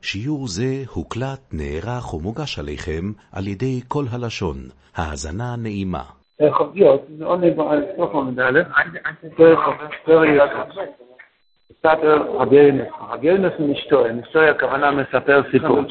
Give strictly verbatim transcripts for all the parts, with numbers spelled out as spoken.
שיעור זה הוקלט, נערך ומוגש עליכם על ידי כל הלשון. האזנה נעימה. חוביות, זה עוד נברא, סוף המדלת, פרק מספר הגיינס, הגיינס משתוי, משתוי הכוונה מספר סיפור.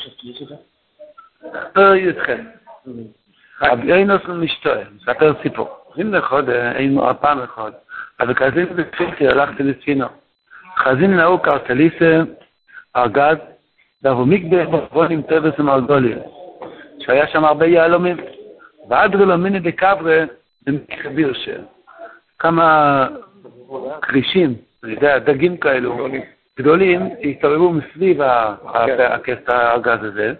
פרק יתכם, הגיינס משתוי, מספר סיפור. אם לחוד, היינו הפעם אחד, אבל כזין בפיקי הלכתי לצינו. חזין נאו קרטליסה, ארגז, דבו מקדה בבונים טבס ומרגוליה, שהיה שם הרבה יעלומים. ואדרי לו מיני דקברה במקביר של כמה קרישים, אני יודע, דגים כאלו גדולים, הסתובבו מסביב הארגז הזה,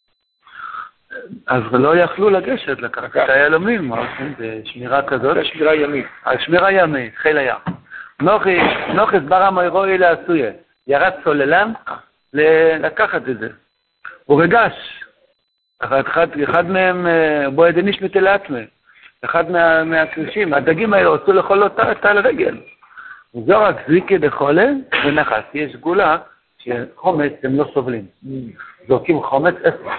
אז לא יכלו לגשת לקחת את היעלומים, בשמירה כזאת. שמירה ימית. שמירה ימית, חיל הים. נוחס ברם אירועי לעשויה, ירד סוללן לקחת את זה. הוא רגש. אחד, אחד, אחד מהם בו עדניש מתלעצמי, אחד מה, מהקרישים, הדגים האלה רצו לאכול אותה את הרגל. זו רק זיקי דחולה ונחס. יש גולה שחומץ הם לא סובלים. זורקים חומץ אפס.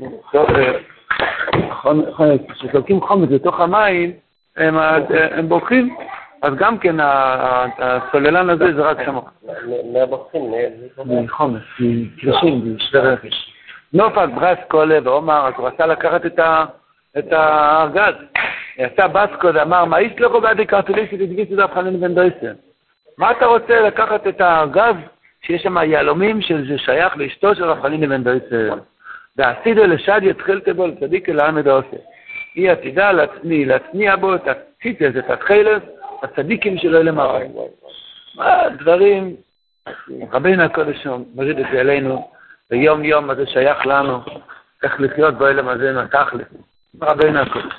כשזורקים חומץ לתוך המים, הם, הם בורחים. אז גם כן הסוללן הזה זה רק שם. מה בורחים? מחומץ, מקרישים, משתי רכש. נופק ברס קולה ואומר, אז הוא רצה לקחת את, ה, את הארגז. יצא בסקו ואמר, מה איש לא קובע די קרטליסטית, תדגיס את הבחנין בן דויסן. מה אתה רוצה לקחת את הארגז שיש שם יעלומים שזה שייך לאשתו של הבחנין בן דויסן? ועשידו לשד יתחיל תבול, צדיק אל העמד העושה. היא עתידה להצניע, להצניע בו את הציטס, את התחילס, הצדיקים שלו למראה. מה דברים, רבינו הקודש מריד את זה אלינו, ביום יום הזה שייך לנו, איך לחיות בעולם הזה נתכלס. רבינו הקודש.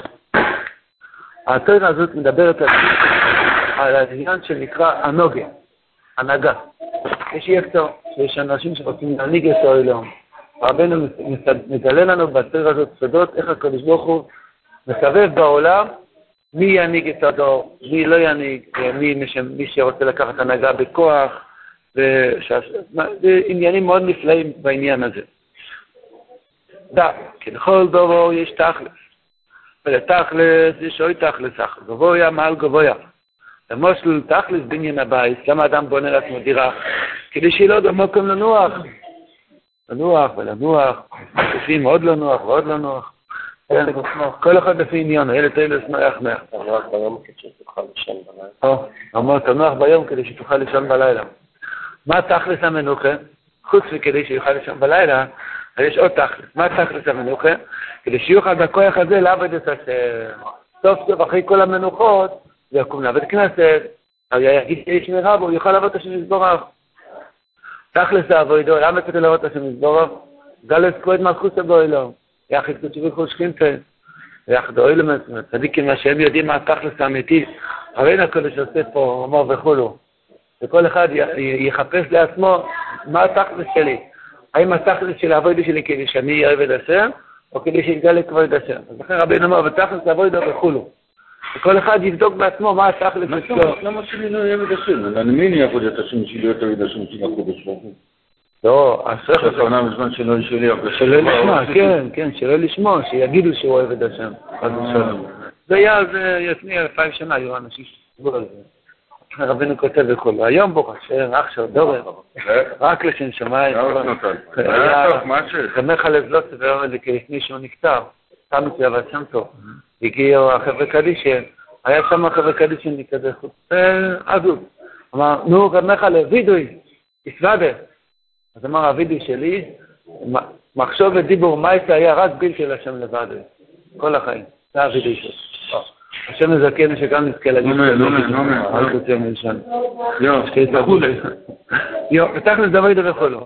התורה הזאת מדברת על העניין שנקרא הנוגה, הנהגה. יש יקצור, שיש אנשים שרוצים להנהיג את העולם. רבינו מגלה לנו בתורה הזאת סודות, איך הקדוש ברוך הוא מסבב בעולם, מי ינהיג את הדור, מי לא ינהיג, מי, מי שרוצה לקחת הנהגה בכוח, זה עניינים מאוד נפלאים בעניין הזה. דה, כי לכל דובר יש תכלס. ולתכלס יש עוד תכלס אחר. גבויה מעל גבויה. למושל תכלס בניין הבית, למה אדם בונה לעצמו דירה? כדי שיהיה לו במקום לנוח. לנוח ולנוח. לפעמים עוד לא נוח ועוד לא נוח. כל אחד לפי עניין, הילד הילד נוח נוח. תנוח ביום כדי שתוכל לישון בלילה. אמר, תנוח ביום כדי שתוכל לישון בלילה. מה תכלס המנוחה? חוץ מכדי שיוכל לישון בלילה, יש עוד תכלס. מה תכלס המנוחה? כדי שיוכל בכוח הזה לעבוד את השם. סוף סוף אחרי כל המנוחות, זה יקום לעבוד כנסת, אז יגיד שיש מרב, הוא יוכל לעבוד את השם מזבורך. תכלס העבודו, למה כדי לעבוד את השם מזבורך? גלס כבוד מלכות הבוילו. יחד כתובי כל שכינתן. יחד אוילם, צדיקים שהם יודעים מה התכלס האמיתי. רבינו הקודש עושה פה, אמר וכולו. וכל אחד יחפש לעצמו מה התכלס שלי. האם התכלס של העבודה שלי כדי שאני אהיה עבד השם, או כדי שיתגלה כבוד השם. אז לכן רבינו אמר, ותכלס העבודה וכולו. וכל אחד יבדוק בעצמו מה התכלס שלו. למה שלי לא יהיה עבד השם? אני מי אני אעבוד את השם שלי יותר עבד השם של הקודש ברוך הוא? לא, השכל... שהכוונה בזמן שלא ישאלי, שלא לשמוע, כן, כן, שלא לשמוע, שיגידו שהוא עבד השם. זה היה, זה יצניע אלפיים שנה, היו אנשים שסבור על זה. רבינו כותב וכולו. היום ברוך השם, אח של דורר, רק לשם שמיים. היה שמח על הזלוץ ואומר לי, כי לפני שהוא נקטר, שם אותי אבל שם טוב. הגיעו החבר'ה קדישן, היה שם החבר'ה קדישן כזה חוץ, אז הוא אמר, נו, רמך על וידוי, הסוודה. אז אמר, הוידוי שלי, מחשוב ודיבור מייסה היה רק בלתי לשם לבד, כל החיים. זה הוידוי שלי. השם מזכן שגם נזכה להגיד נומר, נומר, נומר. אל תוצא מלשן. יו, חולה. יו, ותכלס דברי דבר חולו.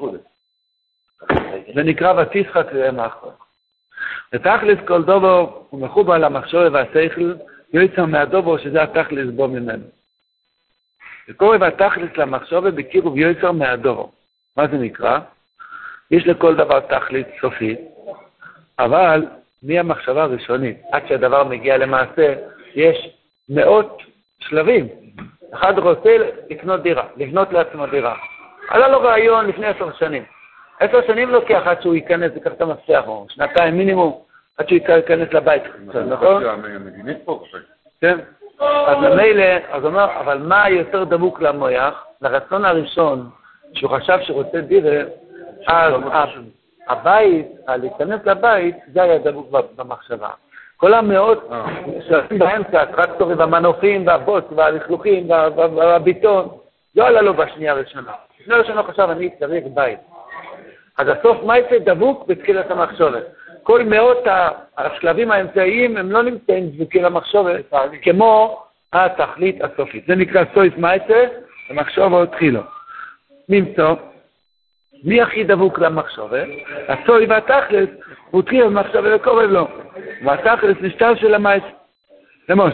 זה נקרא ותשחק ראה מאחור. ותכלס כל דובר הוא מחובר למחשוב והשכל, יוצא מהדובר שזה התכלס בו ממנו. וקורא והתכלס למחשוב בקירוב יוצא מהדובר. מה זה נקרא? יש לכל דבר תכלס סופי, אבל מי המחשבה הראשונית? עד שהדבר מגיע למעשה, יש מאות שלבים. אחד רוצה לקנות דירה, לבנות לעצמו דירה. עלה לו רעיון לפני עשר שנים. עשר שנים לוקח עד שהוא ייכנס, יקח את המפתח, או שנתיים מינימום, עד שהוא ייכנס לבית. נכון? המדינית פה, כן. אז למילא, אז הוא אומר, אבל מה יותר דבוק למוח? לרצון הראשון, שהוא חשב שרוצה דירה, אז הבית, להיכנס לבית, זה היה דבוק במחשבה. כל המאות שעושים באמצע, הטרקטורים והמנופים והבוץ והלכלוכים והביטון, לא עלה לו בשנייה הראשונה. בשנייה הראשונה חשב, אני צריך בית. אז הסוף מייצא דבוק בתחילת המחשבת. כל מאות השלבים האמצעיים הם לא נמצאים דבוקים למחשבת, כמו התכלית הסופית. זה נקרא סויס מייצא, המחשבה התחילו. נמצוא, מי הכי דבוק למחשבת? הסוי והתכלית, הוא התחיל במחשבת וקורב לו. והתכלית נשתל של המייצא. למוס,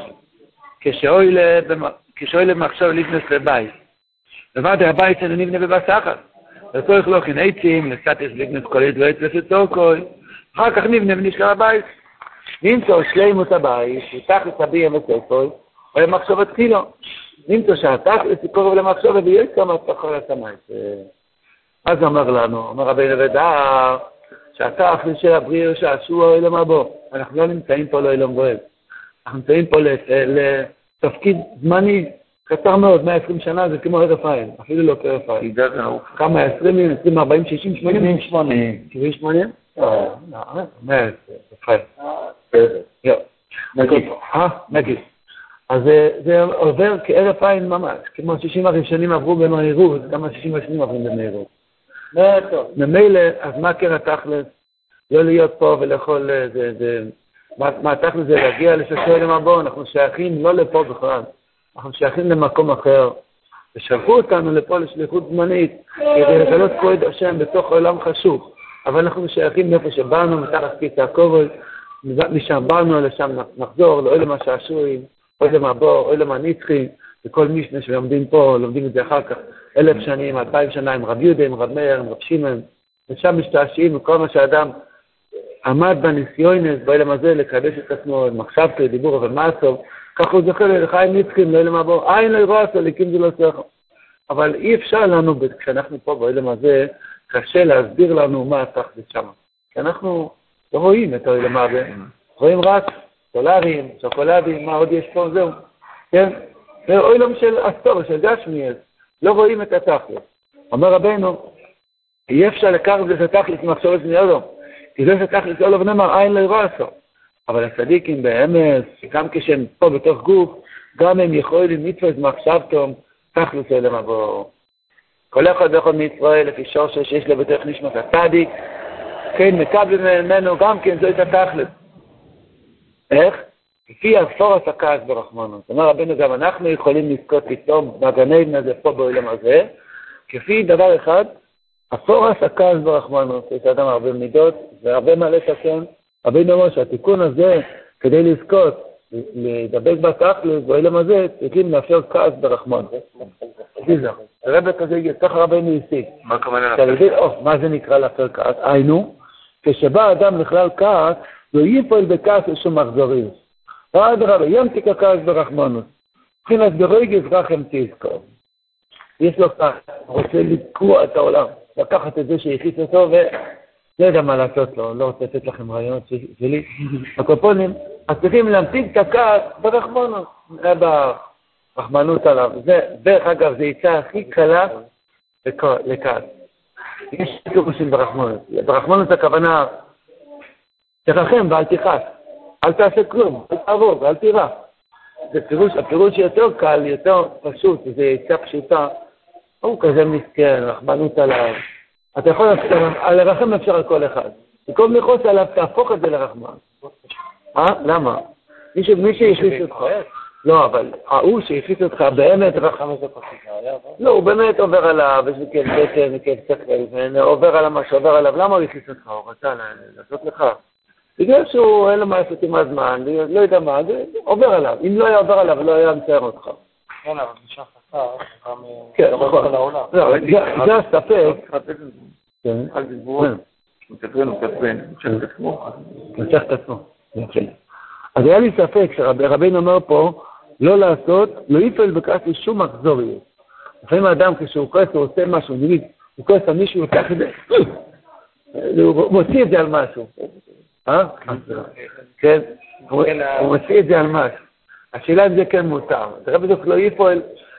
כשאוי למחשב לפנס לבית, לבד הבית שלנו נבנה בבסחת. לצורך לא כן עצים, לסטס לפנס קולית ועץ לסצורקוי. אחר כך נבנה ונשכר הבית. נמצוא שלימות הבית, ותכלית הביע וספוי, או למחשבת תחילו. נמצוא שהתכלית קורב למחשבת ויש כמה תחלת המייצא. אז אומר לנו, אומר רבי נבדה, שהתכלית של הבריר שעשו האילם הבא. אנחנו לא נמצאים פה לאילם בועל. אנחנו נמצאים פה לתפקיד זמני קצר מאוד, מאה ועשרים שנה זה כמו הרף עין, אפילו לא כהרף עין. כמה, עשרים, עשרים, ארבעים, שישים, שמונים? שמונים. שבעים, שמונים? לא, לא, מאה עשרים, יופי. נגיד. אה, נגיד. אז זה עובר כהרף עין ממש, כמו שישים הראשונים עברו במהירות, כמה שישים השנים עברו במהירות. ממילא, אז מה כן התכלס? לא להיות פה ולאכול, זה... מה התכלס זה להגיע לששוי למבוא, אנחנו שייכים לא לפה בכלל, אנחנו שייכים למקום אחר, ושלחו אותנו לפה לשליחות זמנית, כדי לגלות כבוד השם בתוך עולם חשוך, אבל אנחנו שייכים מאיפה שבאנו, מתחת כיסא הכובד, משם באנו, לשם נחזור, לא אלה מה שעשויים, אוי למבוא, אוי למה נצחי, וכל משנה שלומדים פה, לומדים את זה אחר כך, אלף שנים, אלפיים שנה, עם רב יהודה, עם רב מאיר, עם רב שמעון, ושם משתעשעים וכל מה שאדם עמד בניסיונס, באילם הזה, לקדש את עצמו, מחשבתו, דיבור, אבל מה הסוף, ככה הוא זוכר לחיים נצחים, לא אילם הבא, אין לא ירוע עשו, ליקים זה לא צריך. אבל אי אפשר לנו, כשאנחנו פה באילם הזה, קשה להסביר לנו מה התכלית שם. כי אנחנו לא רואים את האילם הזה, רואים רק סולרים, שוקולדים, מה עוד יש פה, זהו. כן? זה אילם של אסתור, של גשמיאס, לא רואים את התכלית. אומר רבנו, אי אפשר לקחת את התכלית ממחשבת בני אדם. כי זה שתכלית לא נאמר, אין לא ירוע עשו. אבל הצדיקים באמס, גם כשהם פה בתוך גוף, גם הם יכולים לתפוס מחשבתם, תכלית אליהם עבור. כל אחד ואחד מישראל, לפי שורש שיש לו בתוך נשמת הצדיק, כן, מקבל ממנו גם כן, זו את התכלית. איך? לפי הפורס הכעס ברחמנות. זאת אומרת, רבינו, גם אנחנו יכולים לזכות פתאום בגני הזה פה בעולם הזה, כפי דבר אחד, הפורס הכעס ברחמנות. יש אדם הרבה מידות, והרבה מה לתקן. רבינו אומר שהתיקון הזה, כדי לזכות, לדבק בתכלית, בעולם הזה, צריכים לאפשר כעס ברחמנות. גיזר, הרב כזה יהיה, ככה רבינו יסיק. מה הכוונה? מה זה נקרא לאפשר כעס? היינו, כשבא אדם לכלל כעס, לא יפעל בכעס לשום מחזוריות. ועד רבי, ימתיק הכעס ברחמנות. מבחינת ברגז רחם תזכור. יש לו כעס, רוצה לתקוע את העולם, לקחת את זה שהכיס אותו ולא יודע מה לעשות לו, לא רוצה לתת לכם רעיונות שלי. הקופונים, אז צריכים להמתיק את הכעס ברחמנות. זה ברחמנות עליו. זה, דרך אגב, זה יצא הכי קלה לכעס. יש פירושים ברחמנות. ברחמנות הכוונה, תרחם ואל תכעס. אל תעשה כלום, אל תעבור ואל תירא. זה פירוש, הפירוש יותר קל, יותר פשוט, זה יצא פשוטה. הוא כזה מסכן, רחמנות עליו. אתה יכול לרחם אפשר על כל אחד. במקום לחוץ עליו, תהפוך את זה לרחמן. אה? למה? מי שהפיס אותך. לא, אבל ההוא שהפיס אותך באמת רחם את זה פשוטה. לא, הוא באמת עובר עליו, יש לי כאב בטן, כאב שכל, עובר עליו מה שעובר עליו. למה הוא הפיס אותך? הוא רצה לעשות לך. בגלל שהוא אין לו מה לעשות עם הזמן, לא יודע מה, זה עובר עליו. אם לא היה עובר עליו, לא היה מצייר אותך. כן, אבל זה שחסר, גם... כן, נכון. זה הספק. כן. אל תדברו. מקטרן, מקטרן. משך את עצמו. משך את עצמו. אז היה לי ספק שרבינו אומר פה, לא לעשות, לא יפעל בכעס לשום מחזוריות. לפעמים האדם כשהוא כועס, הוא עושה משהו, נגיד, הוא כועס על מישהו, לקח את זה, הוא מוציא את זה על משהו. אה? כן, הוא מוציא את זה על משהו. השאלה אם זה כן מותר. תראה בדיוק לא ייפול...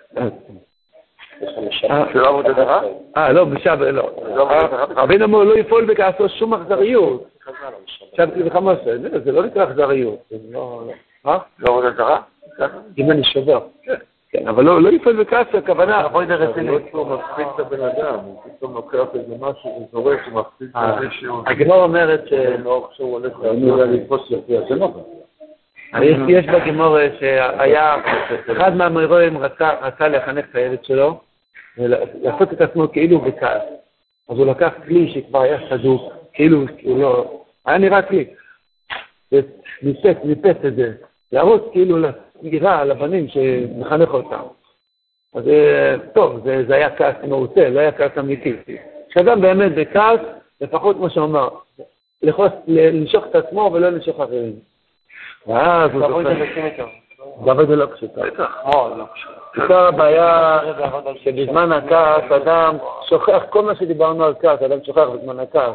שלא עבוד הדרה? אה, לא, בשב, לא. רבינו אמרו, לא יפעול בכעסו שום אכזריות. שבתי וחמש, זה לא נקרא אכזריות. מה? לא עבוד הדרה? אם אני שובר. כן, אבל לא יפעול בכעסו, הכוונה... עבוד הרצינית. הוא מפחיד את הבן אדם, הוא פתאום לוקח איזה משהו וזורק, הוא מפחיד את זה שהוא... הגמור אומרת ש... לא, כשהוא הולך לתפוס לפי השנוכה. יש בגמור שהיה... אחד מהמורים רצה לחנך את הילד שלו, ולעשות את עצמו כאילו בכעס. אז הוא לקח כלי שכבר היה סדוק, כאילו הוא לא... היה נראה כלי. וניפץ, ניפץ את זה. להראות כאילו לסגירה על הבנים שמחנך אותם. אז טוב, זה, זה היה כעס מעושה, לא היה כעס אמיתי. שאדם באמת בכעס, לפחות כמו שאומר, לחוס, לנשוך את עצמו ולא לנשוך אחרים. ואז הוא זוכר... דוד זה לא פשוטה. פשוטה הבעיה שבזמן הכעס אדם שוכח, כל מה שדיברנו על כעס, אדם שוכח בזמן הכעס.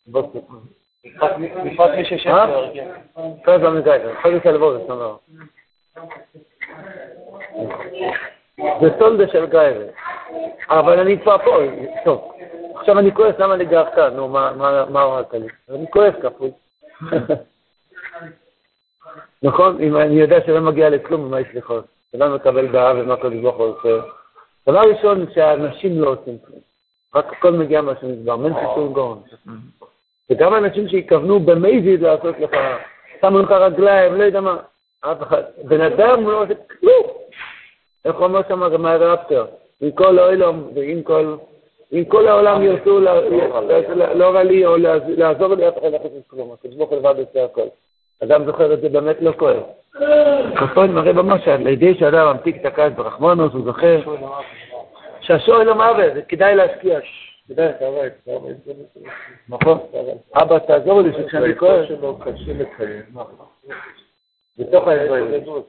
בפרט מי ששבר. כעס במגעי, יכול להיות לבוא, זה אומר. זה סולדה של גיירה. אבל אני כבר פה, טוב. עכשיו אני כועס, למה אני גר כאן? נו, מה הורדת לי? אני כועס כפול. נכון? אם אני יודע שלא מגיע לכלום, מה יש לכות? שלא מקבל דעה ומה קודש ברוך הוא עושה. דבר ראשון, שהאנשים לא עושים כלום. רק הכל מגיע מה שמסבר, מן חיסון גאון. וגם האנשים שהתכוונו במייזיד לעשות לך, שמו לך רגליים, לא יודע מה. אף אחד. בן אדם לא עושה כלום. איך אומר שם גמר רפטר? עם כל העולם, ועם כל... אם כל העולם ירצו לא רע לי או לעזור לי, אף אחד לא חושב כלום. הקדוש ברוך הוא לבד עושה הכל. אדם זוכר את זה באמת לא כואב. כפון מראה במשל, לידי שאדם ממתיק את הכעס ברחמנוס, הוא זוכר שהשואל לא מעבד, זה כדאי להשקיע. כדאי, תעבד, תעבד. נכון? אבא, תעזור לי שכשאני כואב. שלו קשה לקיים. בתוך האזורים.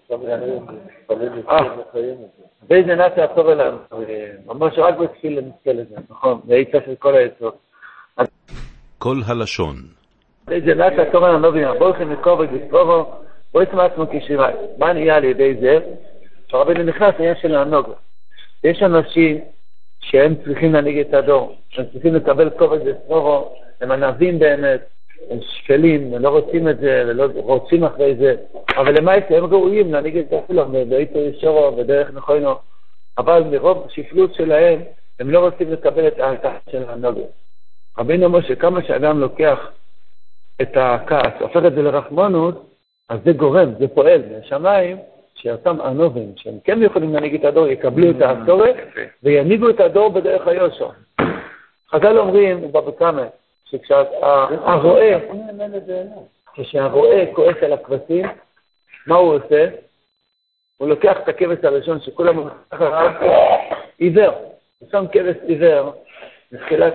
באיזה נעשה לעצור אליו. ממש רק בתפיל למצכל את זה, נכון? זה היצע של כל היצור. כל הלשון. זה נעשה תורה לנובים, הבולכים לקורת בספורו, בוא יצמא עצמו כשירי. מה נהיה על ידי זה? הרבינו נכנס לעניין של הנוגה. יש אנשים שהם צריכים להנהיג את הדור, הם צריכים לקבל קורת בספורו, הם ענבים באמת, הם שפלים, הם לא רוצים את זה, ולא רוצים אחרי זה, אבל למעשה הם ראויים להנהיג את הדור, ובאיתו ישורו, בדרך נכונו, אבל מרוב השפלות שלהם, הם לא רוצים לקבל את ההלכה של הנוגה. רבינו אומר שכמה שאדם לוקח את הכעס, הופך את זה לרחמנות, אז זה גורם, זה פועל מהשמיים, שאותם ענובים, שהם כן יכולים להנהיג את הדור, יקבלו את הצורך, וינהיגו את הדור בדרך היושר. חז"ל אומרים, בבקמה, שכשהרועה, כשהרועה כועס על הכבשים, מה הוא עושה? הוא לוקח את הכבש הראשון שכולם הוא עיוור, הוא שם כבש עיוור, מתחילת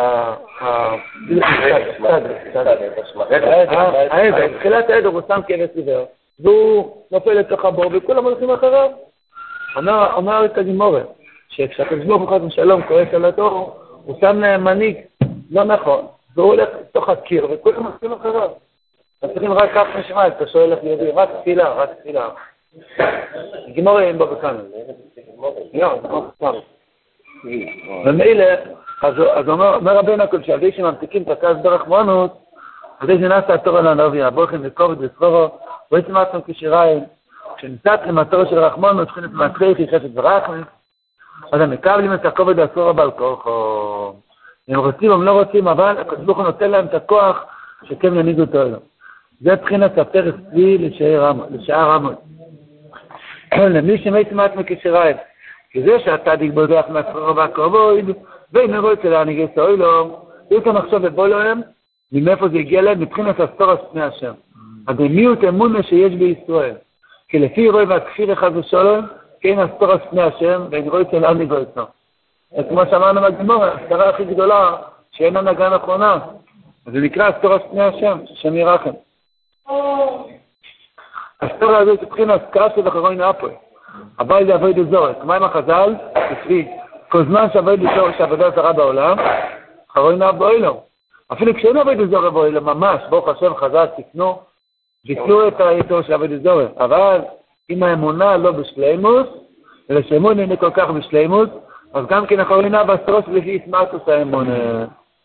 העדר, מתחילת העדר הוא שם כבש עיוור, והוא נופל לתוך הבור, וכולם הולכים אחריו. אומר את הגמורה, שכשהקדוש ברוך הוא חס ושלום כועס על התור, הוא שם להם מנהיג, לא נכון, והוא הולך לתוך הקיר, וכולם הולכים אחריו. אז צריכים רק כך נשמע, אתה שואל איך יודעים, רק תפילה, רק תפילה. גמורה אין בו בכאן. ומילא, אז אומר רבינו הכל, שעדי שממתיקים את הכעס ברחמנות, עדי שנעשה התורה לנביא, הבורכים לקורת בספורו, בעצם עצמם כשיריים, כשנצאת למטור של רחמנות, צריכים את מעצרי חסד ורחמים, אז הם מקבלים את הכובד הסורה בעל כוחו. הם רוצים, הם לא רוצים, אבל הקדוש ברוך הוא נותן להם את הכוח שכן ינהיגו אותו אליו. זה בחינת הפרק צבי לשאר רמות. למי שמת מעצמם כשיריים, כי זה שאתה תגבודח מהסורה והכובד, ואם הם רוצים להנהיג את האוילום, יש כאן עכשיו בבולוהם, ממאיפה זה הגיע להם, מבחינת הסתור הספני השם. הדמיות אמונה שיש בישראל. כי לפי רואי והכפיר אחד ושלום, כן הסתור הספני השם, ואין רואי של עמי ואצנו. אז כמו שאמרנו בגמור, הסתרה הכי גדולה, שאין הנהגה נכונה. אז זה נקרא הסתור הספני השם, השם ירחם. הסתור הזה זה מבחינת כעס וחרוי נאפוי. אבל זה עבוד הזורק. מה עם החז"ל? תפרי. כל זמן שעבוד הזורק שעבודה זרה בעולם, חרוי נאפוי לו. אפילו כשאין עבד זורם באוילום, ממש, ברוך השם חז"ל תקנו, ביטלו את היתור של עבד זורם, אבל אם האמונה לא בשלימוס, אלא שאמונה אינה כל כך בשלימוס, אז גם כן אחרינה בסרוס לפי סמרטוס האמונה.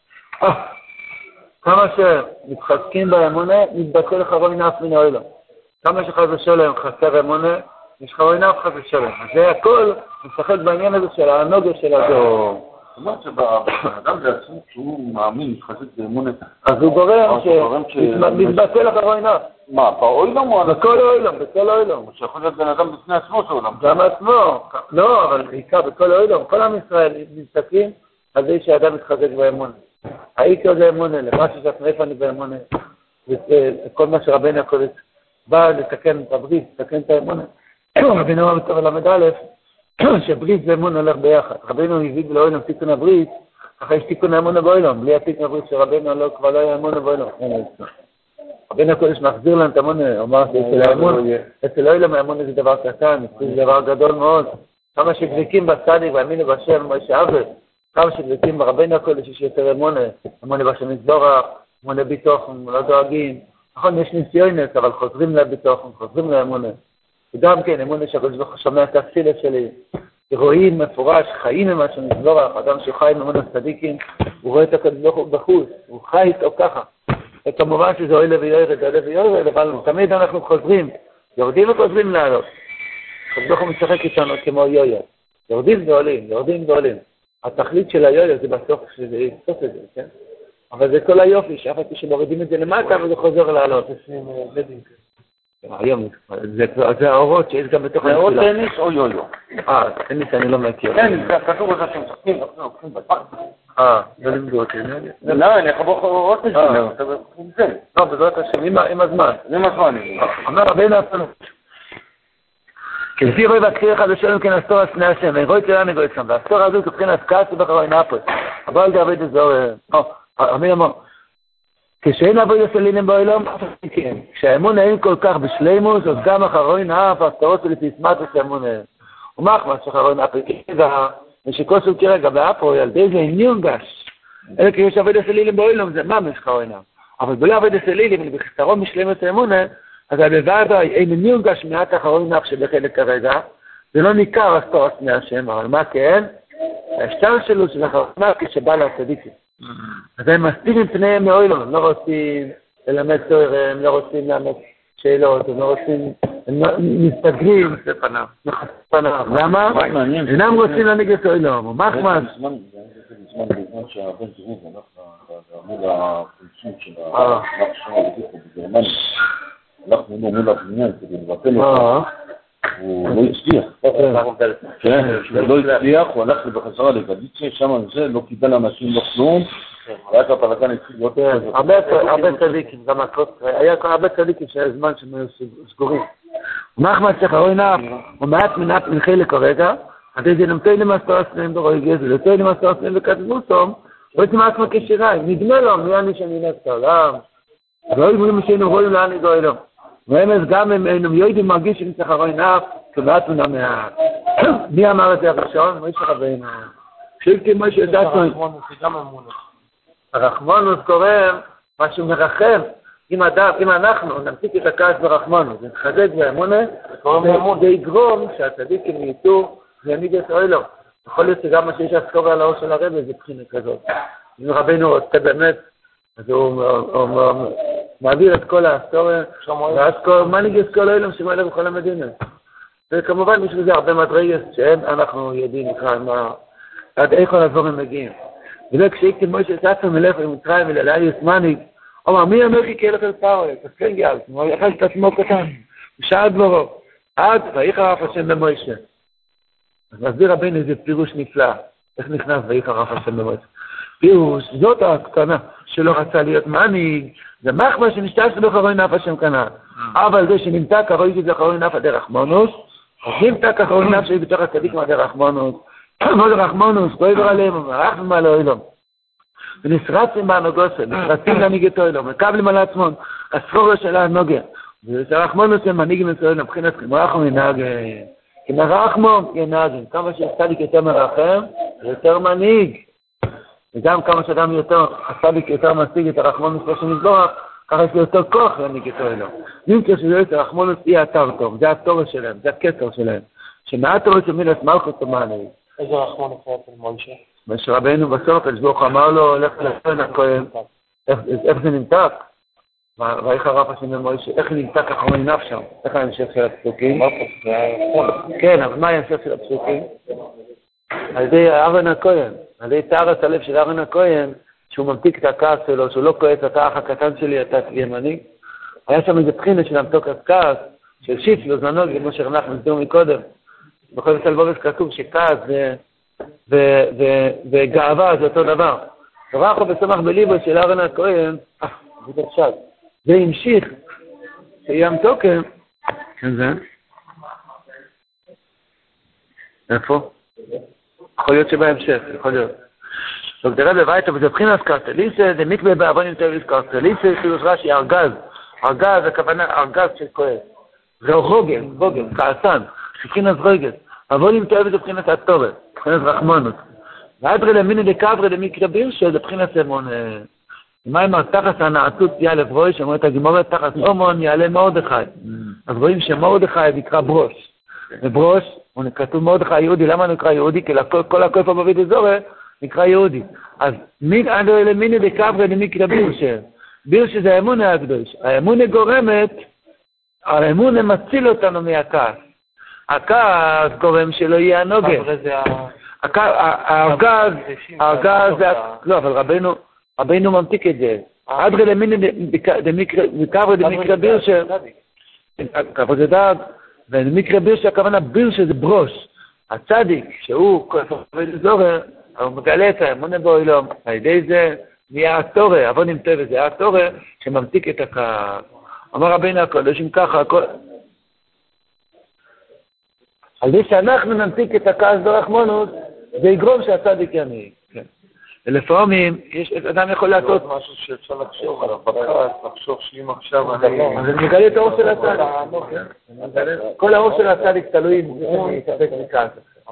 כמה שמתחזקים באמונה, מתבטל אחרינה אף מן האוילום. כמה שחז ושלם חסר אמונה, יש אחרינה אף חז ושלם. אז זה הכל משחק בעניין הזה של הנוגה של הדור. זאת אומרת שבאדם בעצמו, כשהוא מאמין, מתחזק באמונה, אז הוא גורם שמתבטל אחרינה. מה, באוילום או... בכל אוילום, בכל אוילום. שיכול להיות בן אדם בפני עצמו שעולם. גם עצמו. לא, אבל בעיקר בכל אוילום. כל עם ישראל מסתכלים על זה שהאדם מתחזק באמונה. העיקר זה אמונה, למשהו שאנחנו איפה אני באמונה. וכל מה שרבנו הקודש בא לתקן את הברית, לתקן את האמונה. רבנו אמר בתור למד א', שברית ואמונה הולך ביחד. רבנו הביא לאוילום תיקון הברית, אחרי יש תיקון האמונה באוילום. בלי התיקון הברית שרבנו כבר לא היה אמונה באוילום. רבנו הקודש מחזיר לנו את האמונה, אומר שאצל האוילום האמונה זה דבר קטן, זה דבר גדול מאוד. כמה שדבקים בצדיק והאמינו בשם משה עבד, כמה שדבקים ברבנו הקודש יש יותר אמונה, אמונה בשם יתברך, אמונה ביטוחן, לא דואגים. נכון, יש ניסיונות, אבל חוזרים לביטוחן, חוזרים לאמונה. וגם כן, אמונה שהקודש ברוך הוא שומע את התפילה שלי, רואים מפורש, חיים ממה שנתברך, אדם שחי עם אמונה צדיקים, הוא רואה את הקודש ברוך הוא בחוץ, הוא חי איתו ככה. וכמובן שזה אוהלה ויורד, אוהלה ויורד, אבל תמיד אנחנו חוזרים, יורדים וחוזרים לעלות. הקודש ברוך הוא משחק איתנו כמו יויר. יורדים ועולים, יורדים ועולים. התכלית של היויר זה בסוף שזה יסוף את זה, כן? אבל זה כל היופי, שאף אחד שמורידים את זה למטה וזה חוזר לעלות. היום, זה האורות שיש גם בתוך זה או טניס או יויו. אה, טניס אני לא מכיר. טניס, זה כתוב בזה שהם שחקים, לוקחים בטח. אה, לא לימדו אותי. לא, אני אחבור אורות משלם, אתה עם זה. לא, בזאת השם, עם הזמן. עם הזמן. אמר רבינו אפילו. כלפי רואי והתחיל אחד לשלם כן אסתור על סני השם, ואין רואי תלעה נגוי שם, והאסתור הזו כבחין הסקאס ובחרוי נפות. אבל אל תעבד את זה, רבי אמר, כשאין עבוד הסלילים באוילום, כשהאמון אין כל כך בשלימוס, אז גם אחרוי נאף, האסתורות ולפי סמטוס האמון אין. ומחמד שאחרוי נאף, ושכוסו כרגע באפו, ילדי זה עניון גש. אלא כשיש עבוד הסלילים באוילום, זה ממש אחרוי נאף. אבל בלא עבוד הסלילים, ובחסרון משלימוס האמון אין, אז בלבד אין עניון גש מעט אחרוי נאף שבחלק כרגע, זה לא ניכר אסתור על סני השם, אבל מה כן? השטר שלו של אחרוי נאף כשבא לצדיקים. אז הם מסתירים פניהם מאוילום, הם לא רוצים ללמד תורה, הם לא רוצים ללמד שאלות, הם לא רוצים, הם מסתגרים, זה פניו. פניו. למה? אינם רוצים להנהיג את אוילום, הוא מחמד. זה בזמן בזמן שהבן זרוב הלך לעמוד הפולסים של המחשב הלכו בגרמניה, הלכנו מול הבניין כדי לבטל אותו. הוא לא הצליח. כן, הוא לא הצליח, הוא הלך בחזרה לגליציה, שם על זה, לא קיבל אנשים לא כלום, ואז הפלגן התחיל להיות... הרבה צדיקים, גם היה הרבה צדיקים שהיה זמן שהם היו סגורים. מחמד שחרוי נאפ, הוא מעט מנאפ מן חלק הרגע, עד איזה נמתי למסתור הסנאים ברוי גזל, יותר למסתור הסנאים וכתבוסום, רואים מעצמו כשיריים, נדמה לו, מי אני שאני נפת העולם, ולא יגולים שהיינו רואים לאן נגוי לו. ואמס גם הם יודעים מרגיש שנצטרך הרוי נאף, כמעט מנה מה... מי אמר את זה הראשון? מוישה רבינו. שאלתי מוישה ידעתו... הרחמונוס זה גם אמונה. הרחמונוס קורא משהו מרחם. אם אדם, אם אנחנו נמתיק את הכעס ברחמונוס, זה מתחזק באמונה, זה יגרום שהצדיקים ייתו ויעמיד את אוהלו. יכול להיות שגם מה שיש אסקורי על האור של הרבי זה בחינה כזאת. אם רבינו רוצה באמת, אז הוא מעביר את כל ההיסטוריה, ואז מה נגייס כל אוילום שמעלה בכל המדינה. וכמובן יש בזה הרבה מדרגות שהם אנחנו יודעים עד איכון הדברים מגיעים. ולא כשהייתי מוישה צצו מלך ומצרים ולעלי יסמניק, אומר מי אומר כי כהלך אל פאווי, תסכן גאל, הוא יחל את עצמו קטן, הוא שאל דברו, עד ואיכה רף השם במוישה. אז מסביר רבינו איזה פירוש נפלא, איך נכנס ואיכה רף השם במוישה. פירוש, זאת הקטנה שלא רצה להיות מנהיג, זה מחמד שנשתש לו חרוי נאף השם כנען. אבל זה שנמצא כרוי שזה חרוי נאף הדרך מונוס, נמצא כחרוי נאף שהיא בתוך הצדיק מהדרך מונוס, לא דרך מונוס, לא עבר עליהם, מרח ומעלה אוילום. ונשרצים בהנוגוסה, נשרצים להנהיג את אוילום, מקבלים על עצמם, הסחורה של הנוגה. ודרך מונוס הם מנהיגים את אוילום, מבחינת כמרחם ינהג, כמרחמו ינהג, כמה שהצדיק יותר מרחם, יותר מנהיג. וגם כמה שאדם יותר, הצדיק יותר משיג את הרחמונוס לא שנתברך, ככה יש לו יותר כוח להנהיג את אלוהים. נמצא שזה יותר רחמונוס היא אתר טוב, זה התורה שלהם, זה הכתר שלהם. שמעט תורה של מילת מלכות תמעני. איזה רחמונוס היה של מוישה? משה רבינו בסוף, השבוך אמר לו, הולך לכהן הכהן, איך זה נמתק? ואיך הרב השם למוישה, איך נמתק אחרי נפשם? איך ההמשך של הפסוקים? כן, אבל מה ההמשך של הפסוקים? על ידי ארון הכהן, על ידי טהרת הלב של ארון הכהן, שהוא ממתיק את הכעס שלו, שהוא לא כועס, אתה האח הקטן שלי, אתה ימני. היה שם איזה בחינה של המתוק הכעס, של שיף, לא זנוג, כמו שאנחנו נסבירו מקודם. בכל זאת אלבובס כתוב שכעס וגאווה זה אותו דבר. ורחו ושמח בליבו של ארון הכהן, זה עכשיו. זה המשיך, שיהיה המתוקם. כן זה? איפה? יכול להיות שבהמשך, יכול להיות. דוקטרה בביתה, וזה בחינת קרטליסה, זה מקווה בעוון יותר קרטליסה, חידוש רש"י, ארגז. ארגז, הכוונה, ארגז של כועס. זה רוגל, רוגל, כעסן, בחינת רגל. עוון יותר זה בחינת התורה, בחינת רחמנות. ועדרי למיני דקברי למקרה בירשה, זה בחינת אמון. מה אם תחת הנעצות יעלה ברוי, שאומרת הגמורת תחת אומון יעלה מרדכי. אז רואים שמרדכי נקרא ברוש. וברוש, הוא כתוב מרדכי יהודי, למה נקרא יהודי? כי כל הכופה בבית אזורי נקרא יהודי. אז עדרי למיני דקברי למקרה בירשה. בירשה זה האמונה הקדוש. האמונה גורמת, האמונה מציל אותנו מהכעס. הכעס גורם שלא יהיה הנוגה. הארגז, הארגז זה... לא, אבל רבינו... רבינו ממתיק את זה. עדרי למיני דקברי דמקרה בירשה. כבוד זה דעת. ומקרה בירשה, הכוונה בירשה זה ברוש. הצדיק, שהוא הוא מגלה את האמונה באילום. על ידי זה נהיה התורה, אבון עם טבע, זה התורה שממתיק את הכעס. אומר רבינו הקודש, אם ככה, על ידי שאנחנו נמתיק את הכעס ברחמנות, זה יגרום שהצדיק ינהיג. ולפעמים, אדם יכול לעשות משהו שאפשר לחשוב עליו, בכעס, לחשוב שאם עכשיו אני... אז אני מגלה את האור של הצדיק. כל האור של הצדיק תלוי אם אני אתאבק מכעס.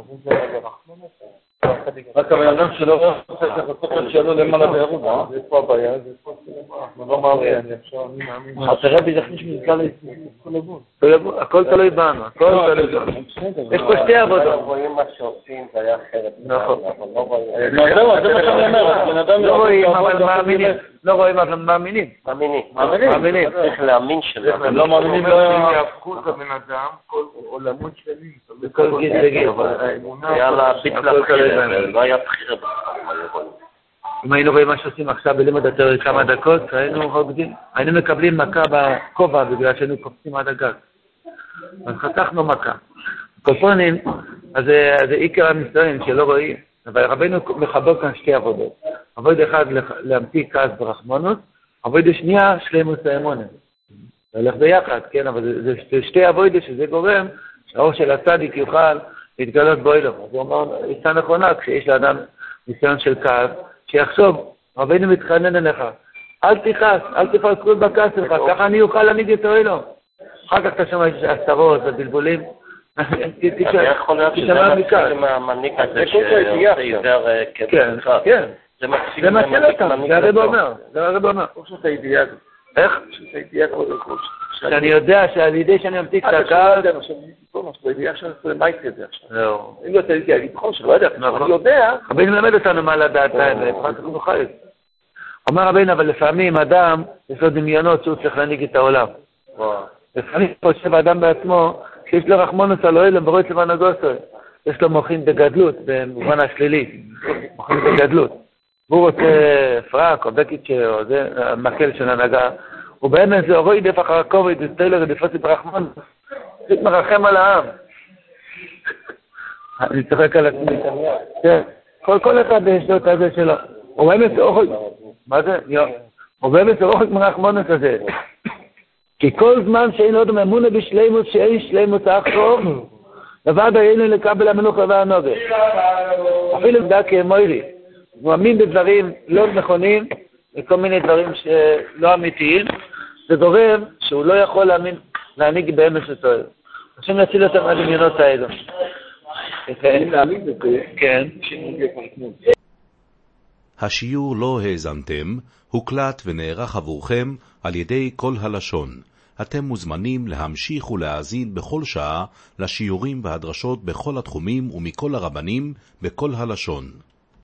רק הבן אדם שלא רוצה לחצות שלו למעלה בעירוב, אה? זה פה הבעיה, זה פה אנחנו לא מאמין, אני מאמין. תראה בזכין שמזכר להתקולבון. הכל תלוי בנו, הכל תלוי בנו. יש פה שתי עבודות. אנחנו רואים מה שעושים, זה היה אחרת. נכון. זהו, זה מה שאני אומר. לא רואים, אבל מאמינים. לא רואים, אבל מאמינים. מאמינים. מאמינים. צריך להאמין שזה. הם לא מאמינים, לא יהפכו את הבן אדם, כל עולמות שלי. בכל גיל וגיל. היה לה ביט לבחירה, לא היה בחירה. אם היינו רואים מה שעושים עכשיו בלימוד התורה כמה דקות, היינו רוקדים. היינו מקבלים מכה בכובע בגלל שהיינו קופצים עד הגג. אז חתכנו מכה. קופונים, אז זה עיקר המסתרים שלא רואים. אבל רבינו מחבר כאן שתי עבודות. עבוד אחד להמציא כעס ברחמנות, עבוד שנייה שלמות האמונה. זה הולך ביחד, כן, אבל זה, זה שתי עבודות שזה גורם שהאור של הצדיק יוכל להתגלות באילום. אז הוא אומר, עצה נכונה, כשיש לאדם ניסיון של כעס, שיחשוב, רבינו מתחנן אליך, אל תכעס, אל תפרקו בכעס שלך, ככה אני אוכל להנהיג את האילום. אחר כך אתה שומע עשרות ובלבולים, יכול להיות שזה מתחיל עם המנהיג הזה שעושה עיוור כבד. כן, זה מתחיל עם המנהיג הזה. זה הרב אומר, זה הרב אומר. פשוט הידיעה הזאת. איך? פשוט הידיעה קודם כל. שאני יודע שעל ידי שאני ממתיק את הקהל... בידיעה שאני עושה למייטי את זה עכשיו. לא. אם לא תהייתי להגיד בכל שלא יודע, אני יודע. רבינו מלמד אותנו מה לדעת האמת, מה אנחנו נוכל. אומר רבינו, אבל לפעמים אדם יש לו דמיונות שהוא צריך להנהיג את העולם. לפעמים חושב האדם בעצמו, שיש לו רחמונוס על אוהלם ברוי צבא נגוסוי, יש לו מוחין בגדלות, במובן השלילי, מוחין בגדלות. והוא רוצה פרק או בקיצ'ר, או זה, המקל של הנהגה, ובאמת זה אורוי דף אחר הכובד, זה טיילר דפוסי ברחמונוס, זה מרחם על העם. אני צוחק על עצמי. כן, כל אחד יש לו את הזה שלו. הוא באמת אוכל, מה זה? הוא באמת אוכל מרחמונוס הזה. כי כל זמן שאין עוד אמונה בשלימות, שאין שלימות אחרוב, לבד היינו לקבל המנוחה והנוגה. אפילו דע כאמוירי, הוא מאמין בדברים לא נכונים, וכל מיני דברים שלא אמיתיים, זה גורם שהוא לא יכול להאמין, להנהיג באמס לטועל. השם להציל אותם מהדמיונות האלו. אני להאמין בזה, כן. השיעור לא האזנתם, הוקלט ונערך עבורכם על ידי כל הלשון. אתם מוזמנים להמשיך ולהאזין בכל שעה לשיעורים והדרשות בכל התחומים ומכל הרבנים בכל הלשון.